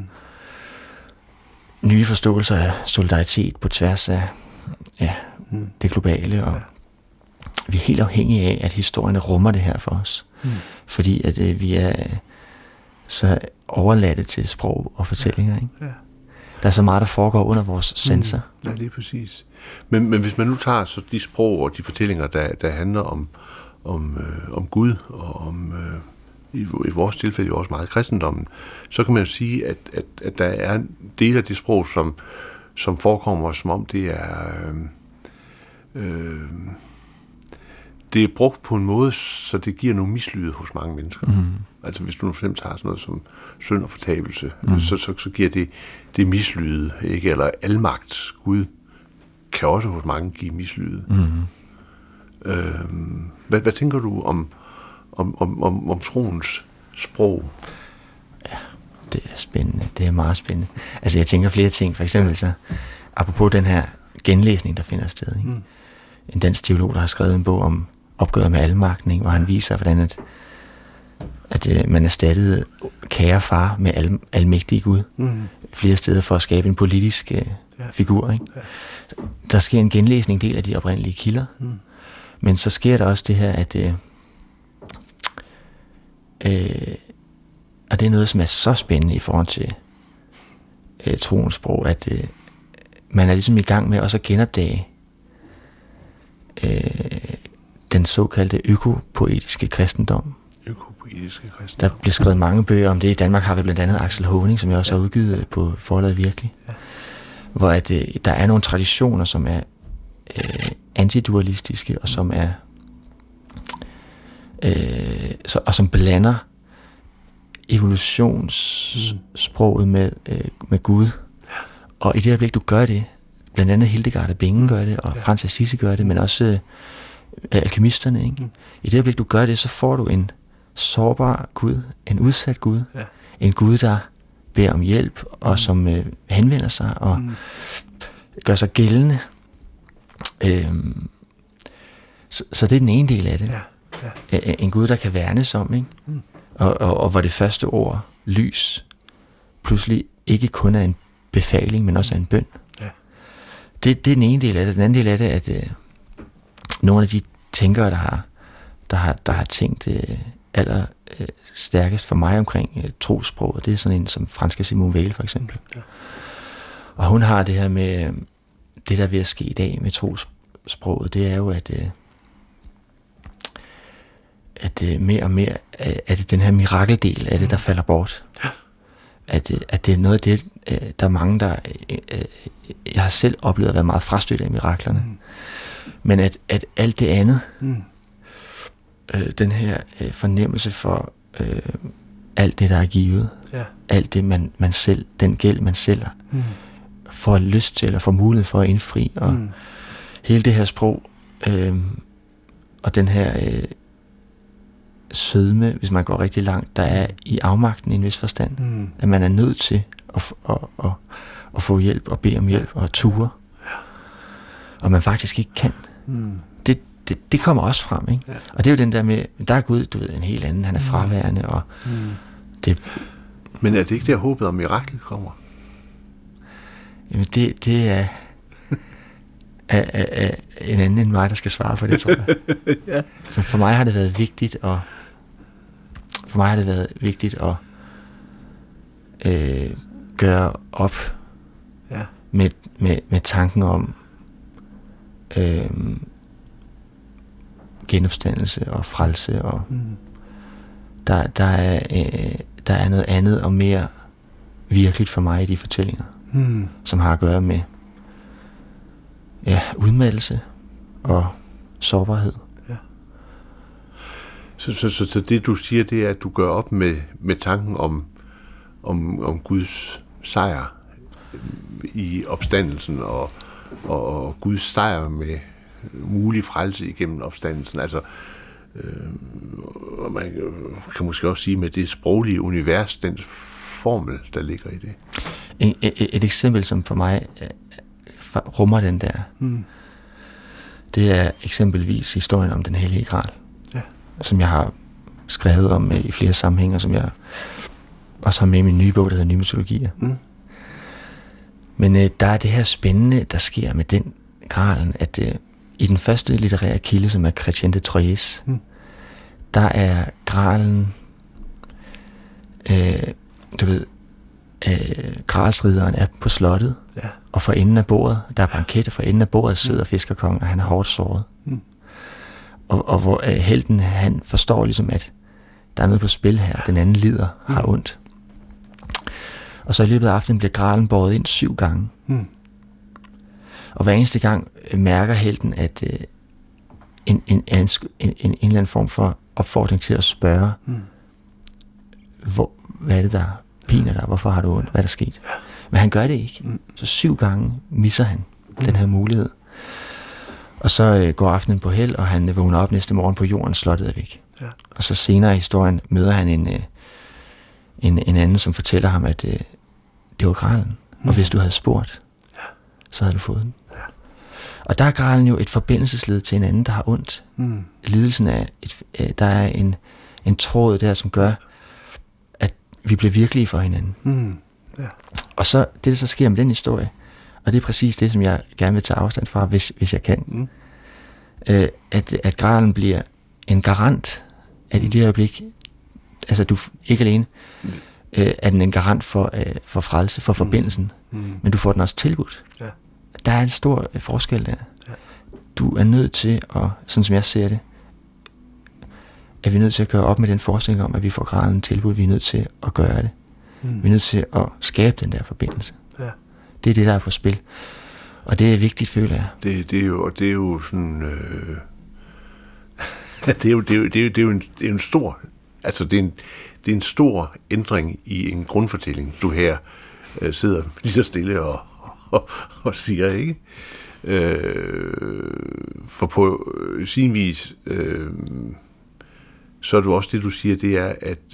nye forståelser af solidaritet på tværs af det globale, og vi er helt afhængige af, at historierne rummer det her for os, fordi at vi er så overladte til sprog og fortællinger, ikke? Ja. Der er så meget, der foregår under vores sanser. Ja, lige præcis. Men hvis man nu tager så de sprog og de fortællinger, der handler om Gud, og om i vores tilfælde jo også meget kristendommen, så kan man jo sige, at der er en del af det sprog, som forekommer, som om det er det er brugt på en måde, så det giver nogle mislyde hos mange mennesker. Altså hvis du nu for eksempel tager sådan noget som synd og fortabelse, så giver det mislyde, ikke? Eller almagt, Gud, kan også hos mange give mislyde. Hvad tænker du om troens sprog? Ja, det er spændende. Det er meget spændende. Altså jeg tænker flere ting. For eksempel så, apropos den her genlæsning, der finder sted. Ikke? En dansk teolog, der har skrevet en bog om opgøret med almagten, hvor han viser, hvordan at man erstattede kære far med almægtig Gud flere steder for at skabe en politisk figur. Ikke? Der sker en genlæsning del af de oprindelige kilder, men så sker der også det her, at Og det er noget, som er så spændende i forhold til troens sprog, at man er ligesom i gang med også at genopdage den såkaldte økopoetiske kristendom. Økopoetiske kristendom. Der bliver skrevet mange bøger om det. I Danmark har vi blandt andet Axel Håning, som jeg også har udgivet på forlaget Virkelig. Ja. Hvor at, der er nogle traditioner, som er antidualistiske, og som er og som blander evolutionssproget med Gud. Og i det øjeblik, du gør det, blandt andet Hildegard af Bingen gør det, og Frans Assisi gør det, men også alkemisterne, ikke? I det øjeblik, du gør det, så får du en sårbar Gud, en udsat Gud, en Gud, der beder om hjælp, og som henvender sig og gør sig gældende. Så det er den ene del af det. En Gud, der kan værnes om, ikke? Og hvor det første ord, lys, pludselig ikke kun er en befaling, men også er en bøn. Det er den ene del af det. Den anden del af det er, at nogle af de tænkere, der har tænkt aller stærkest for mig omkring trosproget, det er sådan en som Franziska Simone Weil for eksempel. Og hun har det her med, det der er ved at ske i dag med trosproget, det er jo, at mere og mere er det den her mirakeldel af det, der falder bort. At det er noget af det, der er mange, der... jeg har selv oplevet at være meget frastødt af miraklerne. Men at alt det andet, den her fornemmelse for alt det, der er givet, alt det, man selv, den gæld, man selv får lyst til, eller får mulighed for at indfri, og hele det her sprog, og den her sødme, hvis man går rigtig langt, der er i afmagten i en vis forstand, at man er nødt til at få hjælp, og bede om hjælp, og ture, og man faktisk ikke kan. Det kommer også frem, ikke? Og det er jo den der med, der er Gud, du ved, en helt anden, han er fraværende, og det... Men er det ikke der håbet om miraklet kommer? Jamen det er en anden end mig, der skal svare på det, tror jeg. For mig har det været vigtigt at gøre op med tanken om genopstandelse og frelse, og der er noget andet og mere virkeligt for mig i de fortællinger, som har at gøre med udmattelse og sårbarhed. Så det du siger, det er, at du gør op med tanken om Guds sejr i opstandelsen, og Guds sejr med mulig frelse igennem opstandelsen. Altså, man kan måske også sige med det sproglige univers, den formel, der ligger i det. Et eksempel, som for mig rummer den der, det er eksempelvis historien om den hellige Gral, som jeg har skrevet om i flere sammenhænge, som jeg også har med i min nye bog, der hedder Nye Mytologier. Men der er det her spændende, der sker med den gralen, at i den første litterære kilde, som er Chrétien de Troyes, der er gralen, du ved, gralsridderen er på slottet, og for enden af bordet, der er banket, og for enden af bordet sidder fiskerkongen, og han er hårdt såret. Og hvor helten, han forstår ligesom, at der er noget på spil her, den anden lider, har ondt. Og så i løbet af aftenen bliver gralen båret ind 7 gange. Og hver eneste gang mærker helten, at en eller anden form for opfordring til at spørge, hvad er det, der piner dig? Hvorfor har du ondt? Hvad er der sket? Men han gør det ikke. Så 7 gange misser han den her mulighed. Og så går aftenen på held, og han vågner op næste morgen på jorden, slottet er væk. Og så senere i historien møder han en anden, som fortæller ham, at det var gralen. Og hvis du havde spurgt, så havde du fået den. Og der er gralen jo et forbindelsesled til en anden, der har ondt. Lidelsen er der er en tråd der, som gør, at vi bliver virkelige for hinanden. Og så det, der så sker med den historie, og det er præcis det, som jeg gerne vil tage afstand fra, hvis jeg kan, at gralen bliver en garant, at i det øjeblik, altså du ikke alene er den en garant for frelse, for forbindelsen, men du får den også tilbudt. Ja. Der er en stor forskel der. Ja. Du er nødt til at, sådan som jeg ser det, er vi nødt til at gøre op med den forestilling om, at vi får gralen tilbudt. Vi er nødt til at gøre det. Vi er nødt til at skabe den der forbindelse. Ja. Det er det, der er på spil. Og det er vigtigt, føler jeg. Det er jo sådan... det er en stor... Altså, det er en stor ændring i en grundfortælling, du her sidder lige så stille og siger, ikke? For på sin vis, så er det også det, du siger, det er,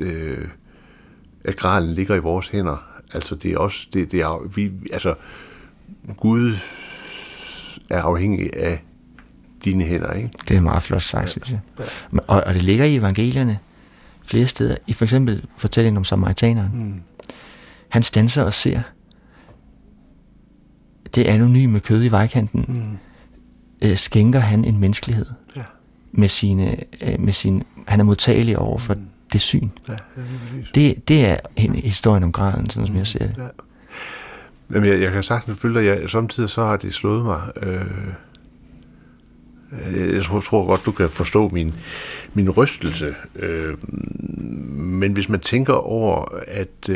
at gralen ligger i vores hænder. Altså, det er også... altså, Gud er afhængig af dine hænder, ikke? Det er meget flot sagt, synes jeg. Ja. Og det ligger i evangelierne flere steder. I for eksempel fortællingen om samaritaneren. Han standser og ser det anonyme kød i vejkanten. Skænker han en menneskelighed med sine han er modtagelig over for det syn. Ja, det er historien om gralen, sådan som jeg ser det. Ja. Jamen, jeg kan sagtens følge dig. Samtidig så har det slået mig. Jeg tror godt, du kan forstå min rystelse. Men hvis man tænker over, at...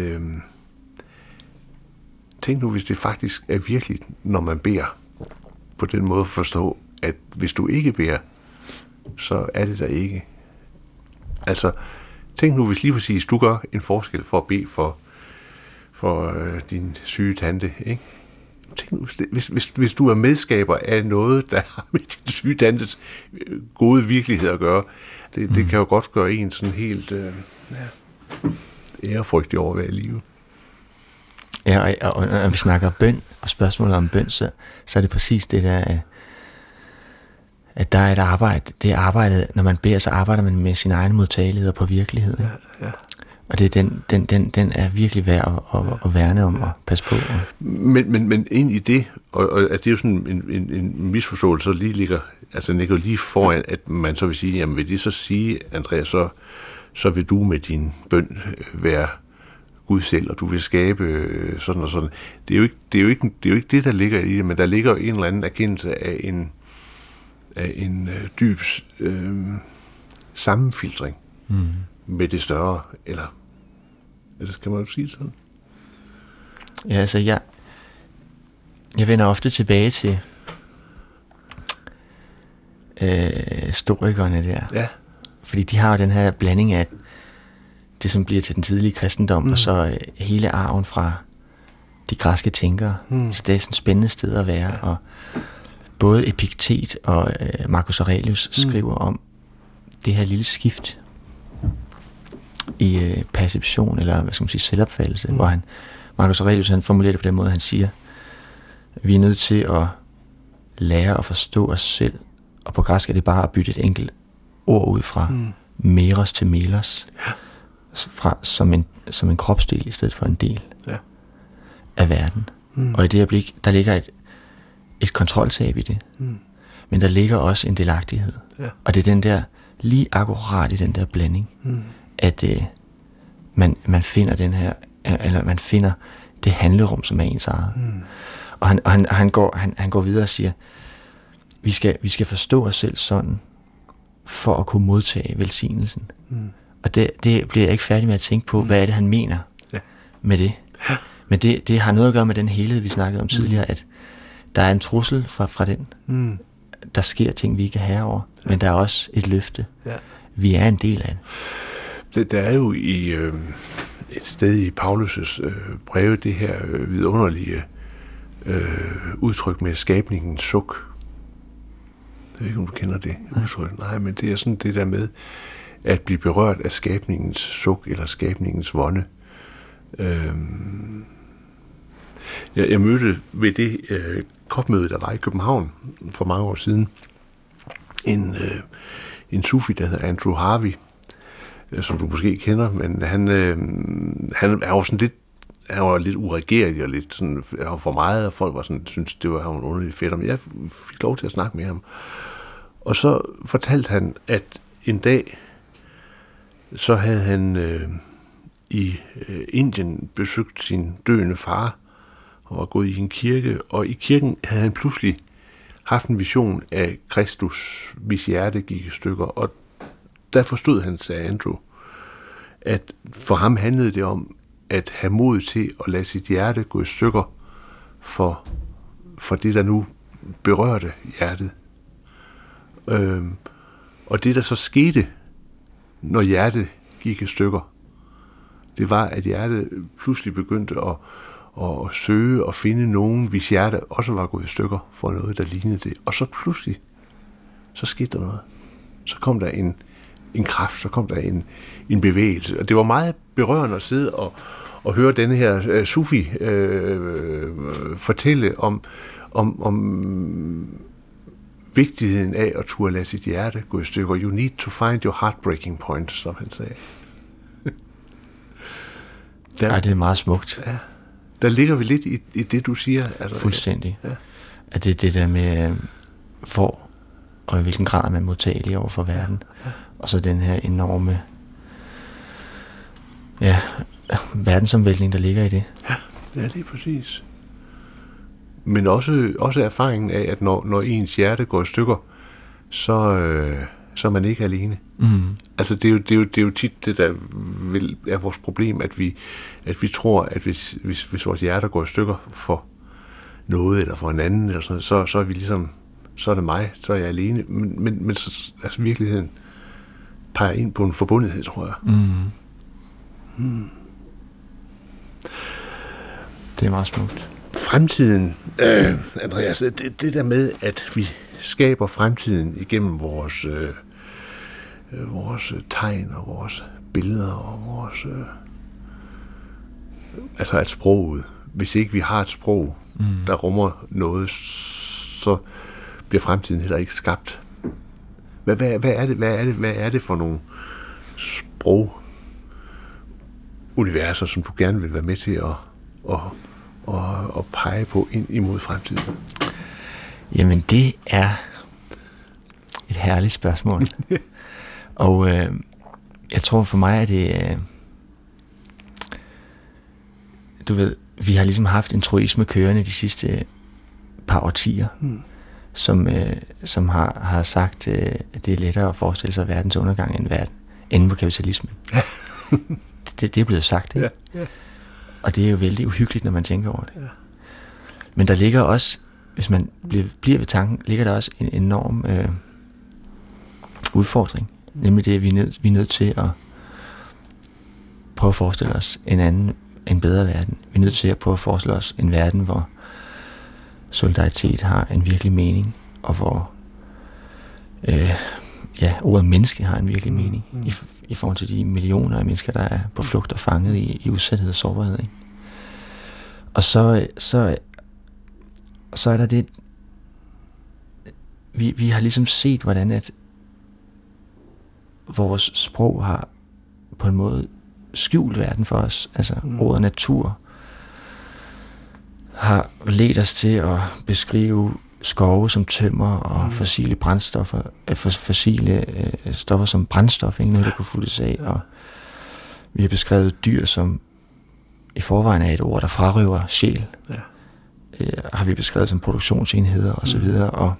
tænk nu, hvis det faktisk er virkeligt, når man beder. På den måde at forstå, at hvis du ikke beder, så er det der ikke. Altså, tænk nu, hvis lige præcis du gør en forskel for at bede for din syge tante, ikke? Tænk nu, hvis du er medskaber af noget, der har med din syge tantes gode virkelighed at gøre, det kan jo godt gøre en sådan helt ærefrygtig over at være i live. Ja, og når vi snakker bøn og spørgsmålet om bøn, så er det præcis det der, at der er et arbejde. Det er arbejdet, når man beder, så arbejder man med sin egen modtagelighed på virkelighed. Ja. Og det er den er virkelig værd at værne om og passe på. Men ind i det, og at det er jo sådan en misforståelse, så lige ligger lige foran, at man så vil sige, jamen vil det så sige, Andreas, så vil du med din bøn være Gud selv, og du vil skabe sådan og sådan. Det er jo ikke det, der ligger i det, men der ligger en eller anden erkendelse af en dyb sammenfiltring med det større, eller skal man jo sige sådan? Ja, altså jeg vender ofte tilbage til stoikerne der. Ja. Fordi de har jo den her blanding af det, som bliver til den tidlige kristendom, og så hele arven fra de græske tænkere. Så det er sådan et spændende sted at være, og både Epiktet og Marcus Aurelius skriver om det her lille skift i perception, eller hvad skal man sige, selvopfattelse, hvor Marcus Aurelius han formulerer det på den måde, han siger, vi er nødt til at lære at forstå os selv, og på græsk er det bare at bytte et enkelt ord ud fra meros til melos, som en kropsdel i stedet for en del af verden. Og i det øjeblik, der ligger et kontroltab i det, men der ligger også en delagtighed. Og det er den der, lige akkurat i den der blanding, at man finder den her, eller man finder det handlerum, som er ens eget. Og han går videre og siger, vi skal forstå os selv sådan, for at kunne modtage velsignelsen. Og det bliver jeg ikke færdig med at tænke på, hvad er det, han mener med det. Men det har noget at gøre med den helhed, vi snakkede om tidligere, at der er en trussel fra den. Der sker ting, vi ikke er herre over, men der er også et løfte. Vi er en del af det. Der er jo i et sted i Paulus' breve det her vidunderlige udtryk med skabningens suk. Jeg ved ikke, om du kender det udtryk. Nej, men det er sådan det der med at blive berørt af skabningens suk eller skabningens vonde. Jeg mødte ved det kopmøde, der var i København for mange år siden, en sufi, der hedder Andrew Harvey, som du måske kender, men han er jo sådan lidt, han var lidt uregerlig og lidt sådan, han var for meget, og folk var sådan, syntes, det var han var underligt fedt, men jeg fik lov til at snakke med ham. Og så fortalte han, at en dag, så havde han i Indien besøgt sin døende far, og var gået i en kirke, og i kirken havde han pludselig haft en vision af Kristus, hvis hjerte gik i stykker, og der forstod han, sagde Andrew, at for ham handlede det om at have mod til at lade sit hjerte gå i stykker for det, der nu berørte hjertet. Og det, der så skete, når hjertet gik i stykker, det var, at hjertet pludselig begyndte at søge og finde nogen, hvis hjerte også var gået i stykker for noget, der lignede det. Og så pludselig, så skete der noget. Så kom der en kraft, så kom der en bevægelse. Og det var meget berørende at sidde og høre denne her Sufi fortælle om vigtigheden af at turde lade sit hjerte gå i stykker. You need to find your heartbreaking point, som han sagde. Det er meget smukt. Ja. Der ligger vi lidt i det, du siger. Altså, fuldstændig. Ja. At det er det der med, hvor og i hvilken grad er man modtagelig over for verden. Ja. Og så den her enorme verdensomvæltning, der ligger i det. Ja, det er præcis. Men også erfaringen af, at når ens hjerte går i stykker, så er man ikke alene. Mm. Altså det er jo tit det, der er vores problem, at vi tror, at hvis vores hjerte går i stykker for noget, eller for en anden, eller sådan, så er vi ligesom, så er det mig, så er jeg alene. Men så, altså virkeligheden peger ind på en forbundethed, tror jeg. Mm. Mm. Det er meget smukt. Fremtiden, Andreas, det der med, at vi skaber fremtiden igennem vores tegn og vores billeder og vores altså at sproget, hvis ikke vi har et sprog, der rummer noget, så bliver fremtiden heller ikke skabt. Hvad er det for nogle sproguniverser, som du gerne vil være med til at pege på ind imod fremtiden? Jamen, det er et herligt spørgsmål. Og jeg tror for mig, at det du ved, vi har ligesom haft en truisme kørende de sidste par årtier, som har sagt, at det er lettere at forestille sig verdens undergang end enden på kapitalismen. Ja. det er blevet sagt, ikke? Ja. Og det er jo vældig uhyggeligt, når man tænker over det. Ja. Men der ligger også, hvis man bliver ved tanken, ligger der også en enorm udfordring. Nemlig det, at vi er nødt til at prøve at forestille os en bedre verden. Vi er nødt til at prøve at forestille os en verden, hvor solidaritet har en virkelig mening, og hvor ordet menneske har en virkelig mening i forhold til de millioner af mennesker, der er på flugt og fanget i udsathed og sårbarhed. Ikke? Og så er der det, vi har ligesom set, hvordan at vores sprog har på en måde skjult verden for os. Altså ordet natur har ledt os til at beskrive skove som tømmer og fossile brændstoffer, fossile stoffer som brændstof, ikke noget, der kunne fuldes af. Og vi har beskrevet dyr som i forvejen er et ord, der frarøver sjæl. Har vi beskrevet som produktionsenheder og så videre. Og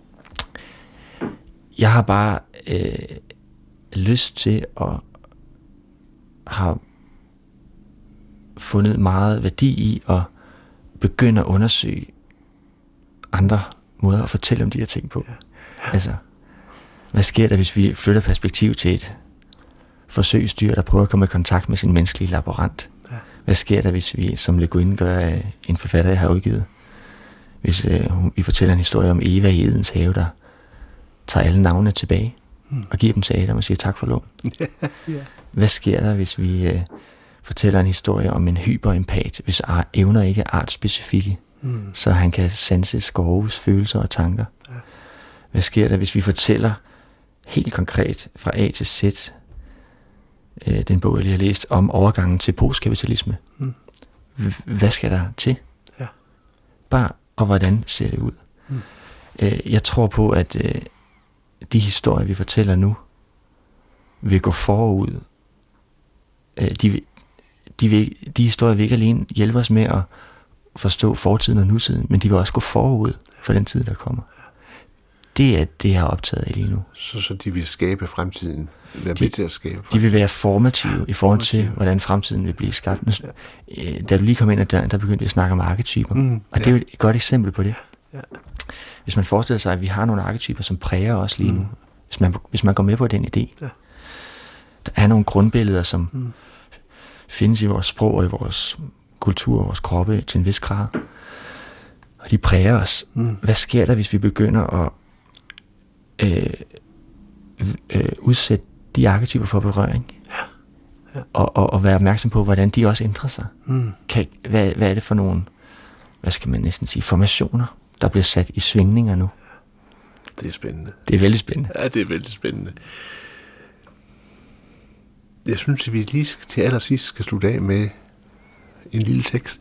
jeg har bare lyst til at have fundet meget værdi i at begynde at undersøge andre måder at fortælle om de her ting på. Altså, hvad sker der, hvis vi flytter perspektiv til et forsøgsdyr, der prøver at komme i kontakt med sin menneskelige laborant? Hvad sker der, hvis vi, som Le Guin gør, en forfatter, jeg har udgivet, hvis vi fortæller en historie om Eva i Edens have, der tager alle navnene tilbage og giver dem til Adam og siger tak for lån? Hvad sker der, hvis vi fortæller en historie om en hyperempat, hvis evner ikke er artsspecifikke, så han kan sanse skoves følelser og tanker? Hvad sker der, hvis vi fortæller helt konkret fra A til Z, den bog, jeg lige har læst, om overgangen til postkapitalisme? Hvad skal der til? Bare, og hvordan ser det ud? Jeg tror på, at de historier, vi fortæller nu, vil gå forud de historier vil ikke alene hjælpe os med at forstå fortiden og nutiden, men de vil også gå forud for den tid, der kommer. Det er det, jeg er optaget af lige nu. Så de vil skabe fremtiden? Være med til at skabe fremtiden. De vil være formative i forhold til, hvordan fremtiden vil blive skabt. Da du lige kom ind ad døren, der begyndte vi at snakke om arketyper. Og det er jo et godt eksempel på det. Ja. Hvis man forestiller sig, at vi har nogle arketyper, som præger os lige nu. Hvis man går med på den idé. Ja. Der er nogle grundbilleder, som findes i vores sprog og i vores kultur og vores kroppe til en vis grad. Og de præger os. Hvad sker der, hvis vi begynder at udsætte de arketyper for berøring? Ja. Og være opmærksom på, hvordan de også ændrer sig. Hvad er det for nogle, hvad skal man næsten sige, formationer, der bliver sat i svingninger nu? Det er spændende. Det er vældig spændende. Ja, det er vældig spændende. Jeg synes, at vi lige til allersidst skal slutte af med en lille tekst.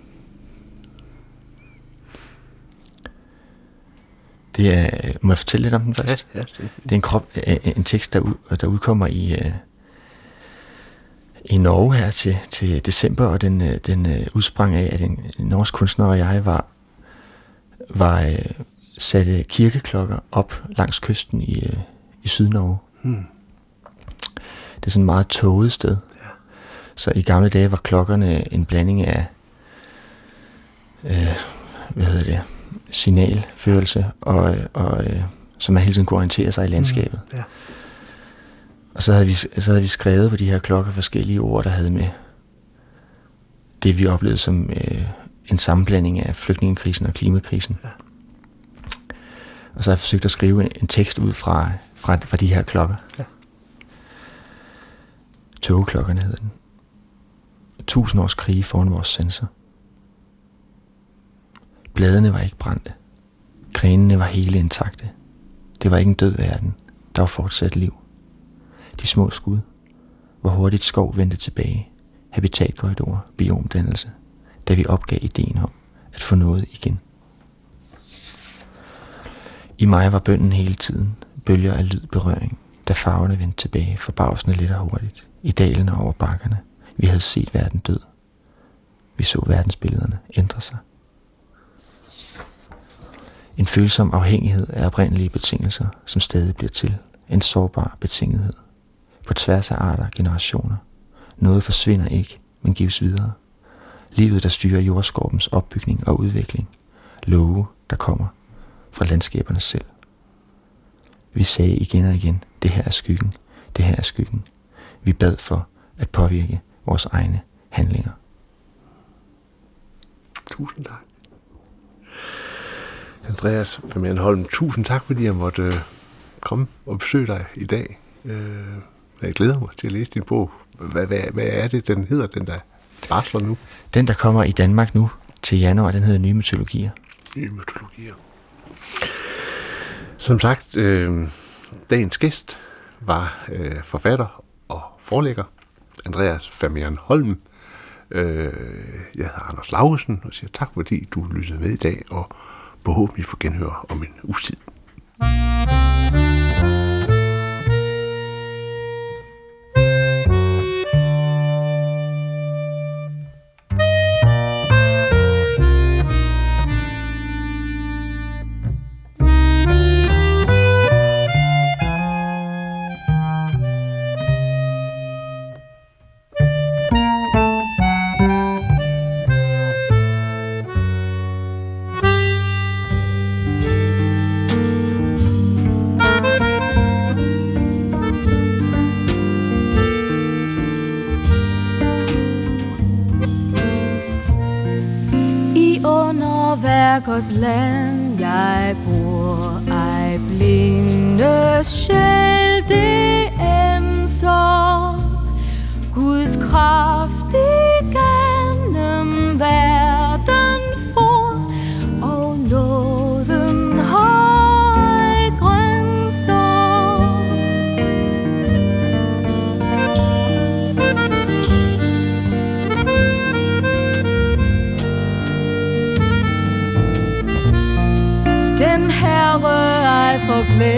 Det er, må jeg fortælle lidt om den først? Ja, det er en tekst, der udkommer i Norge her til december, og den udsprang af, at en norsk kunstner og jeg var satte kirkeklokker op langs kysten i Sydnorge. Det er sådan et meget tåget sted. Ja. Så i gamle dage var klokkerne en blanding af signalførelse og så man hele tiden kunne orientere sig i landskabet. Ja. Og så havde vi skrevet på de her klokker forskellige ord, der havde med det, vi oplevede som en sammenblanding af flygtningekrisen og klimakrisen. Ja. Og så har jeg forsøgt at skrive en tekst ud fra de her klokker. Ja. Togeklokkerne hedder den. 1000 års krige foran vores sensor. Bladene var ikke brændte. Grenene var hele intakte. Det var ikke en død verden. Der var fortsat liv. De små skud. Hvor hurtigt skov vendte tilbage. Habitatkorridorer, biomdannelse. Da vi opgav ideen om at få noget igen. I mig var bønnen hele tiden. Bølger af lyd berøring. Da farverne vendte tilbage, forbavsende lidt og hurtigt. I dalene over bakkerne. Vi havde set verden død. Vi så verdensbillederne ændre sig. En følsom afhængighed af oprindelige betingelser, som stadig bliver til. En sårbar betingethed. På tværs af arter, generationer. Noget forsvinder ikke, men gives videre. Livet, der styrer jordskorpens opbygning og udvikling. Love, der kommer fra landskaberne selv. Vi sagde igen og igen, det her er skyggen, det her er skyggen. Vi bad for at påvirke vores egne handlinger. Tusind tak. Andreas Famian-Holm, tusind tak, fordi jeg måtte komme og besøge dig i dag. Jeg glæder mig til at læse din bog. Hvad er det, den hedder, den der barsler nu? Den, der kommer i Danmark nu til januar, den hedder Nye Mytologier. Nye Mytologier. Som sagt, dagens gæst var forfatter og forlægger Andreas Famian-Holm. Jeg hedder Anders Laugesen og siger tak, fordi du lyttede med i dag, og forhåbentlig får genhør om en uges tid. Land jeg bor, ej blinde sjæl det enser. Guds kraft igennem verden for, og nåden har grænser. Den Herre ej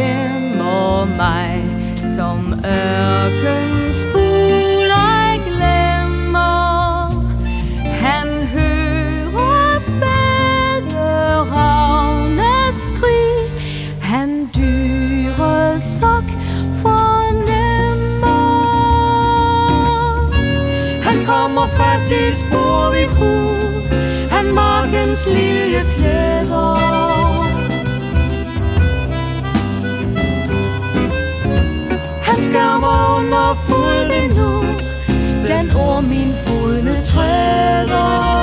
forglemmer mig, som ørkens fugl ej glemmer. kommer faktisk bor vi hoved, han markens lille klæder. Han skærmer under fulde nu, den ord min fodne træder.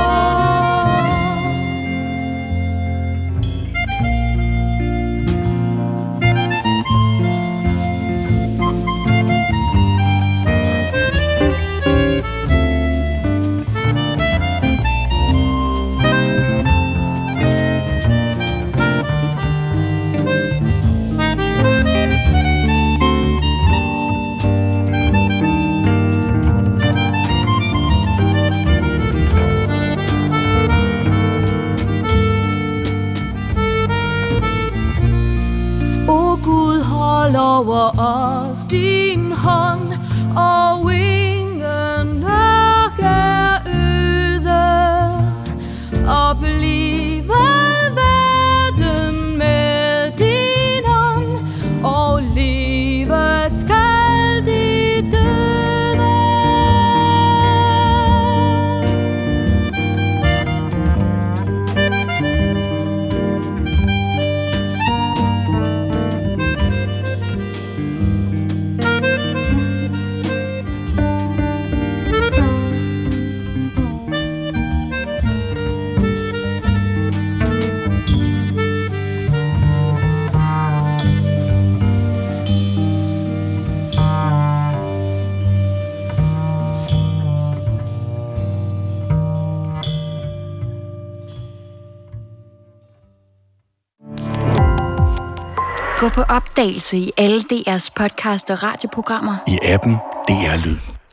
Over os din hånd, og ingen mørk er øde, og blive verden med din ånd, og leve skal de døde. Gå på opdagelse i alle DR's podcast og radioprogrammer. I appen DR Lyd.